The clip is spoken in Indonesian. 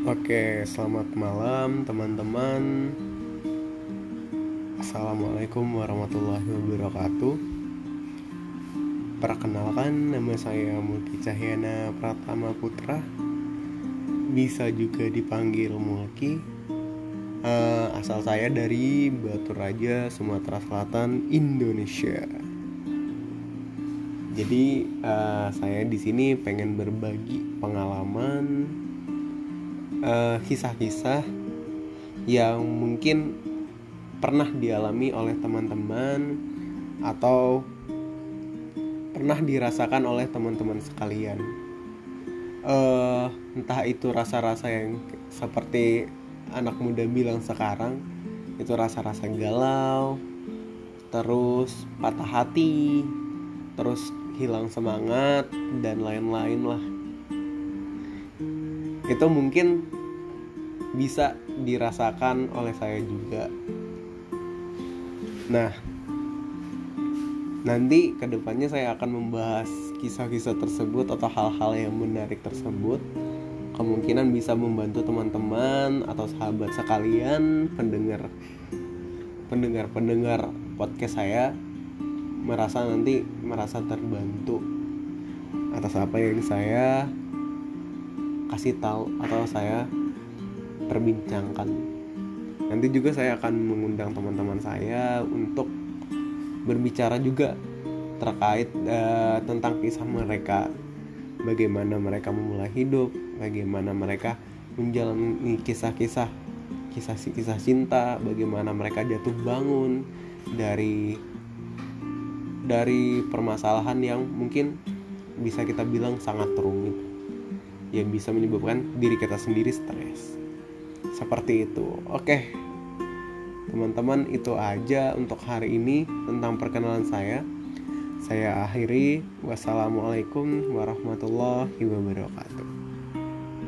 Oke, selamat malam teman-teman. Assalamualaikum warahmatullahi wabarakatuh. Perkenalkan, nama saya Mulki Cahyana Pratama Putra. Bisa juga dipanggil Mulki. Asal saya dari Batu Raja, Sumatera Selatan, Indonesia. Jadi saya di sini pengen berbagi pengalaman, kisah-kisah yang mungkin pernah dialami oleh teman-teman atau pernah dirasakan oleh teman-teman sekalian. Entah itu rasa-rasa yang seperti anak muda bilang sekarang, itu rasa-rasa galau, terus patah hati, terus hilang semangat dan lain-lain lah. Itu mungkin bisa dirasakan oleh saya juga. Nah, nanti kedepannya saya akan membahas kisah-kisah tersebut atau hal-hal yang menarik tersebut. Kemungkinan bisa membantu teman-teman atau sahabat sekalian, pendengar podcast saya merasa terbantu atas apa yang saya kasih tahu atau saya perbincangkan. Nanti juga saya akan mengundang teman-teman saya untuk berbicara juga terkait tentang kisah mereka, bagaimana mereka memulai hidup, bagaimana mereka menjalani kisah cinta, bagaimana mereka jatuh bangun dari permasalahan yang mungkin bisa kita bilang sangat rumit, yang bisa menyebabkan diri kita sendiri stres. Seperti itu. Oke, teman-teman, itu aja untuk hari ini tentang perkenalan saya. Saya akhiri. Wassalamualaikum warahmatullahi wabarakatuh.